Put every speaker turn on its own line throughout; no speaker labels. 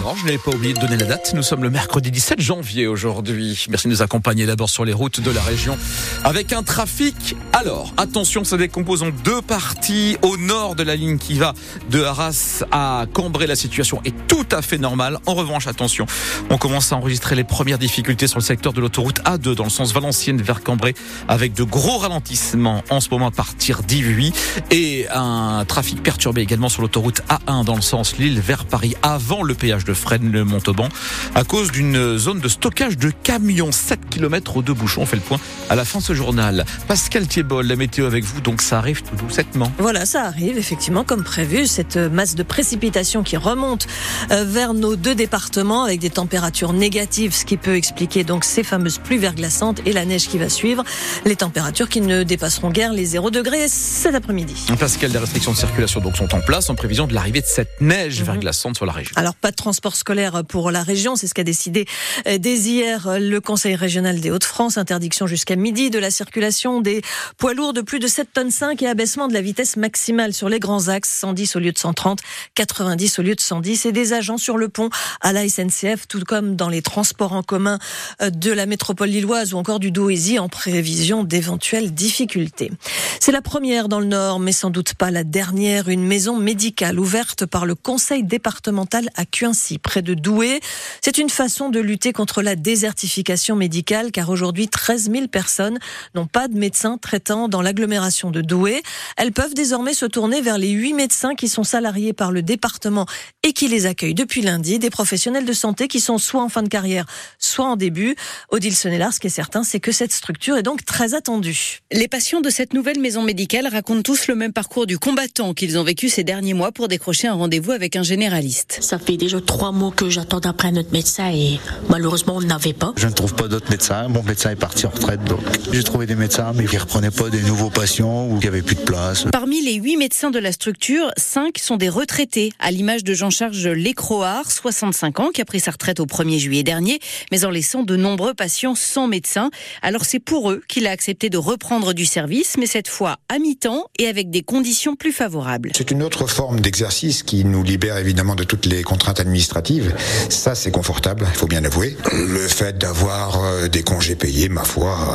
Non, je n'avais pas oublié de donner la date. Nous sommes le mercredi 17 janvier aujourd'hui. Merci de nous accompagner d'abord sur les routes de la région avec un trafic. Alors, attention, ça décompose en deux parties. Au nord de la ligne qui va de Arras à Cambrai, la situation est tout à fait normale. En revanche, attention, on commence à enregistrer les premières difficultés sur le secteur de l'autoroute A2 dans le sens Valenciennes vers Cambrai avec de gros ralentissements en ce moment à partir d'Ivry et un trafic perturbé également sur l'autoroute A1 dans le sens Lille vers Paris avant le péage de Fresnes-le-Montauban à cause d'une zone de stockage de camions. 7 km de bouchons. On fait le point à la fin de ce journal. Pascal Thiebol, la météo avec vous, donc ça arrive tout doucement.
Voilà, ça arrive effectivement comme prévu. Cette masse de précipitations qui remonte vers nos deux départements avec des températures négatives, ce qui peut expliquer donc ces fameuses pluies verglaçantes et la neige qui va suivre. Les températures qui ne dépasseront guère les 0 degrés cet après-midi.
Pascal, des restrictions de circulation donc sont en place en prévision de l'arrivée de cette neige verglaçante sur la région.
Alors pas de transport scolaire pour la région, c'est ce qu'a décidé dès hier le Conseil régional des Hauts-de-France. Interdiction jusqu'à midi de la circulation des poids lourds de plus de 7,5 tonnes et abaissement de la vitesse maximale sur les grands axes, 110 au lieu de 130, 90 au lieu de 110 et des agents sur le pont à la SNCF, tout comme dans les transports en commun de la métropole lilloise ou encore du Douaisis en prévision d'éventuelles difficultés. C'est la première dans le Nord, mais sans doute pas la dernière. Une maison médicale ouverte par le conseil départemental à Cuincy, près de Douai. C'est une façon de lutter contre la désertification médicale, car aujourd'hui 13 000 personnes n'ont pas de médecin traitant dans l'agglomération de Douai. Elles peuvent désormais se tourner vers les 8 médecins qui sont salariés par le département et qui les accueillent depuis lundi. Des professionnels de santé qui sont soit en fin de carrière, soit en début. Odile Sonnellard, ce qui est certain, c'est que cette structure est donc très attendue.
Les patients de cette nouvelle maison médicale racontent tous le même parcours du combattant qu'ils ont vécu ces derniers mois pour décrocher un rendez-vous avec un généraliste.
Ça fait déjà 3 mois que j'attends après notre médecin et malheureusement on n'avait pas.
Je ne trouve pas d'autres médecins. Mon médecin est parti en retraite, donc j'ai trouvé des médecins mais qui ne reprenaient pas des nouveaux patients ou qui n'avaient plus de place.
Parmi les 8 médecins de la structure, 5 sont des retraités, à l'image de Jean-Charles Lécroard, 65 ans, qui a pris sa retraite au 1er juillet dernier, mais en laissant de nombreux patients sans médecin. Alors c'est pour eux qu'il a accepté de reprendre du service, mais cette fois à mi-temps et avec des conditions plus favorables.
C'est une autre forme d'exercice qui nous libère évidemment de toutes les contraintes administratives. Ça, c'est confortable, il faut bien l'avouer. Le fait d'avoir des congés payés, ma foi,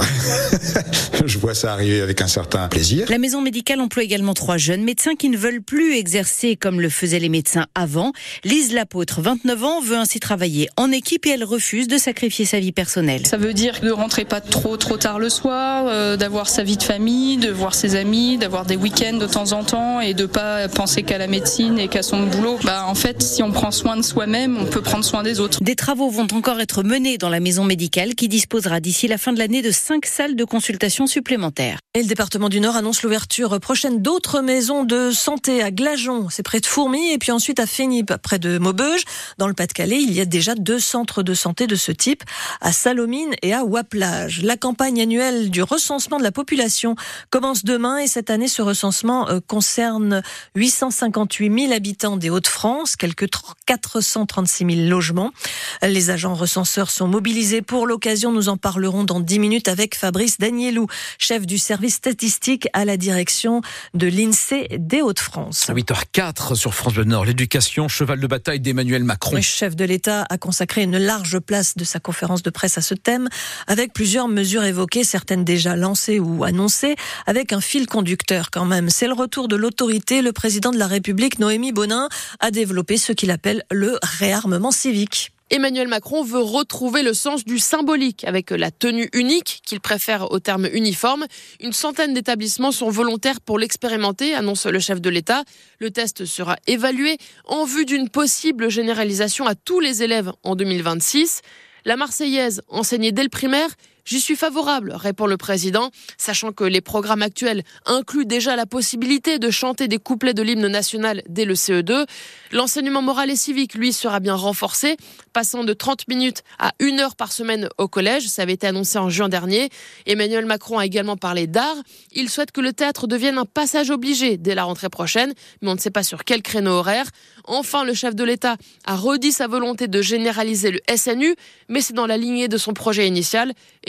je vois ça arriver avec un certain plaisir.
La maison médicale emploie également 3 jeunes médecins qui ne veulent plus exercer comme le faisaient les médecins avant. Lise Lapôtre, 29 ans, veut ainsi travailler en équipe et elle refuse de sacrifier sa vie personnelle.
Ça veut dire de rentrer pas trop tard le soir, d'avoir sa vie de famille, de voir ses amis, d'avoir des week-ends de temps en temps et de pas penser qu'à la médecine et qu'à son boulot. En fait, si on prend soin de soi-même, on peut prendre soin des autres.
Des travaux vont encore être menés dans la maison médicale qui disposera d'ici la fin de l'année de 5 salles de consultation supplémentaires.
Et le département du Nord annonce l'ouverture prochaine d'autres maisons de santé à Glageon, c'est près de Fourmies, et puis ensuite à Fénip, près de Maubeuge. Dans le Pas-de-Calais, il y a déjà 2 centres de santé de ce type, à Salomine et à Waplage. La campagne annuelle du recensement de la population commence demain et cette année, ce recensement concerne 858 000 habitants des Hauts-de-France, quelques 436 000 logements. Les agents recenseurs sont mobilisés pour l'occasion. Nous en parlerons dans 10 minutes avec Fabrice Danielou, chef du service statistique à la direction de l'INSEE des Hauts-de-France.
À 8h04 sur France Bleu Nord, l'éducation, cheval de bataille d'Emmanuel Macron.
Le chef de l'État a consacré une large place de sa conférence de presse à ce thème, avec plusieurs mesures évoquées, certaines déjà lancées ou annoncées, avec un fil conducteur quand même. C'est le retour de l'autorité. Le président de la République, Noémie Bonin, a développé ce qu'il appelle le réarmement civique.
Emmanuel Macron veut retrouver le sens du symbolique avec la tenue unique, qu'il préfère au terme uniforme. Une centaine d'établissements sont volontaires pour l'expérimenter, annonce le chef de l'État. Le test sera évalué en vue d'une possible généralisation à tous les élèves en 2026. La Marseillaise, enseignée dès le primaire, j'y suis favorable, répond le président, sachant que les programmes actuels incluent déjà la possibilité de chanter des couplets de l'hymne national dès le CE2. L'enseignement moral et civique, lui, sera bien renforcé, passant de 30 minutes à 1 heure par semaine au collège. Ça avait été annoncé en juin dernier. Emmanuel Macron a également parlé d'art. Il souhaite que le théâtre devienne un passage obligé dès la rentrée prochaine, mais on ne sait pas sur quel créneau horaire. Enfin, le chef de l'État a redit sa volonté de généraliser le SNU, mais c'est dans la lignée de son projet initial et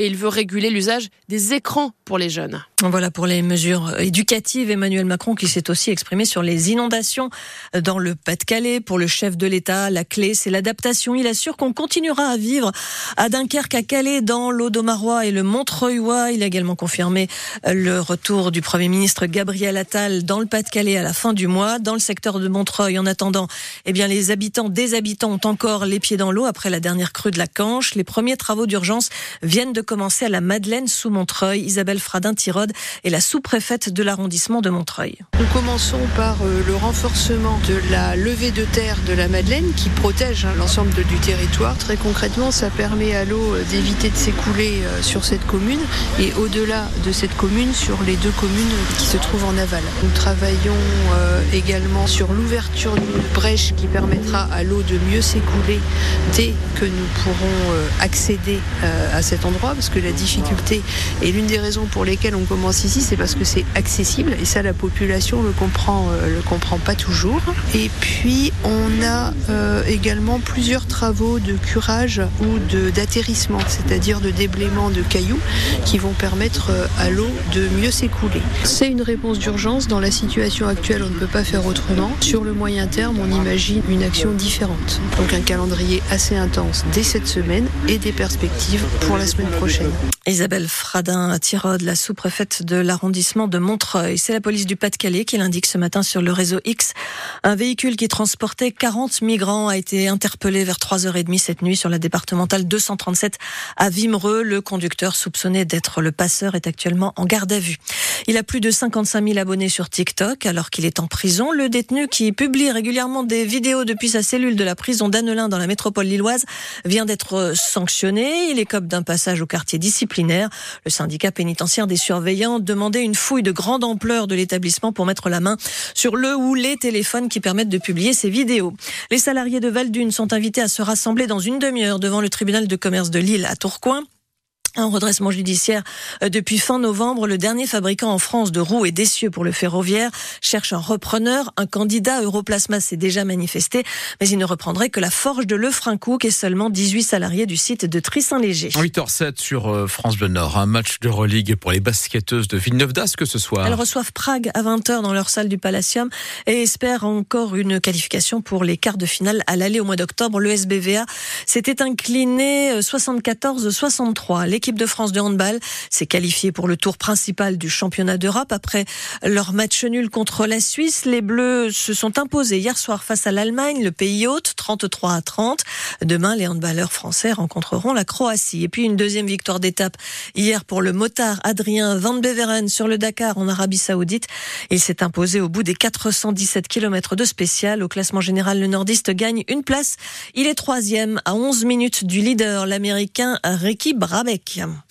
et il veut réguler l'usage des écrans pour les jeunes.
Voilà pour les mesures éducatives. Emmanuel Macron qui s'est aussi exprimé sur les inondations dans le Pas-de-Calais. Pour le chef de l'État, la clé, c'est l'adaptation. Il assure qu'on continuera à vivre à Dunkerque, à Calais, dans l'Audomarois et le Montreuilois. Il a également confirmé le retour du Premier ministre Gabriel Attal dans le Pas-de-Calais à la fin du mois. Dans le secteur de Montreuil, en attendant, des habitants ont encore les pieds dans l'eau après la dernière crue de la Canche. Les premiers travaux d'urgence viennent de commencer à la Madeleine sous Montreuil. Isabelle Fradin-Tirode est la sous-préfète de l'arrondissement de Montreuil.
Nous commençons par le renforcement de la levée de terre de la Madeleine qui protège l'ensemble du territoire. Très concrètement, ça permet à l'eau d'éviter de s'écouler sur cette commune et au-delà de cette commune sur les 2 communes qui se trouvent en aval. Nous travaillons également sur l'ouverture d'une brèche qui permettra à l'eau de mieux s'écouler dès que nous pourrons accéder à cet endroit, parce que la difficulté et l'une des raisons pour lesquelles on commence ici, c'est parce que c'est accessible et ça la population le comprend pas toujours. Et puis on a également plusieurs travaux de curage ou d'atterrissement, c'est-à-dire de déblaiement de cailloux qui vont permettre à l'eau de mieux s'écouler. C'est une réponse d'urgence. Dans la situation actuelle, on ne peut pas faire autrement. Sur le moyen terme, on imagine une action différente. Donc un calendrier assez intense dès cette semaine et des perspectives pour la semaine prochaine.
Isabelle Fradin-Tirode, la sous-préfète de l'arrondissement de Montreuil. C'est la police du Pas-de-Calais qui l'indique ce matin sur le réseau X. Un véhicule qui transportait 40 migrants a été interpellé vers 3h30 cette nuit sur la départementale 237 à Wimereux. Le conducteur soupçonné d'être le passeur est actuellement en garde à vue. Il a plus de 55 000 abonnés sur TikTok alors qu'il est en prison. Le détenu qui publie régulièrement des vidéos depuis sa cellule de la prison d'Annelin dans la métropole lilloise vient d'être sanctionné. Il écope d'un passage au quartier disciplinaire. Le syndicat pénitentiaire des surveillants demandait une fouille de grande ampleur de l'établissement pour mettre la main sur le ou les téléphones qui permettent de publier ces vidéos. Les salariés de Val-d'Une sont invités à se rassembler dans une demi-heure devant le tribunal de commerce de Lille à Tourcoing. Un redressement judiciaire depuis fin novembre. Le dernier fabricant en France de roues et d'essieux pour le ferroviaire cherche un repreneur. Un candidat Europlasma s'est déjà manifesté, mais il ne reprendrait que la forge de Lefrancouc et seulement 18 salariés du site de Trissin-Léger.
8h07 sur France Bleu Nord. Un match d'Euroligue pour les basketteuses de Villeneuve d'Ascq ce soir.
Elles reçoivent Prague à 20h dans leur salle du Palacium et espèrent encore une qualification pour les quarts de finale à l'aller au mois d'octobre. Le SBVA s'était incliné 74-63. L'équipe de France de handball s'est qualifiée pour le tour principal du championnat d'Europe. Après leur match nul contre la Suisse, les Bleus se sont imposés hier soir face à l'Allemagne, le pays hôte, 33-30. Demain, les handballeurs français rencontreront la Croatie. Et puis une deuxième victoire d'étape hier pour le motard Adrien Van Beveren sur le Dakar en Arabie Saoudite. Il s'est imposé au bout des 417 km de spécial. Au classement général, le nordiste gagne une place. Il est 3e à 11 minutes du leader, l'américain Ricky Brabec.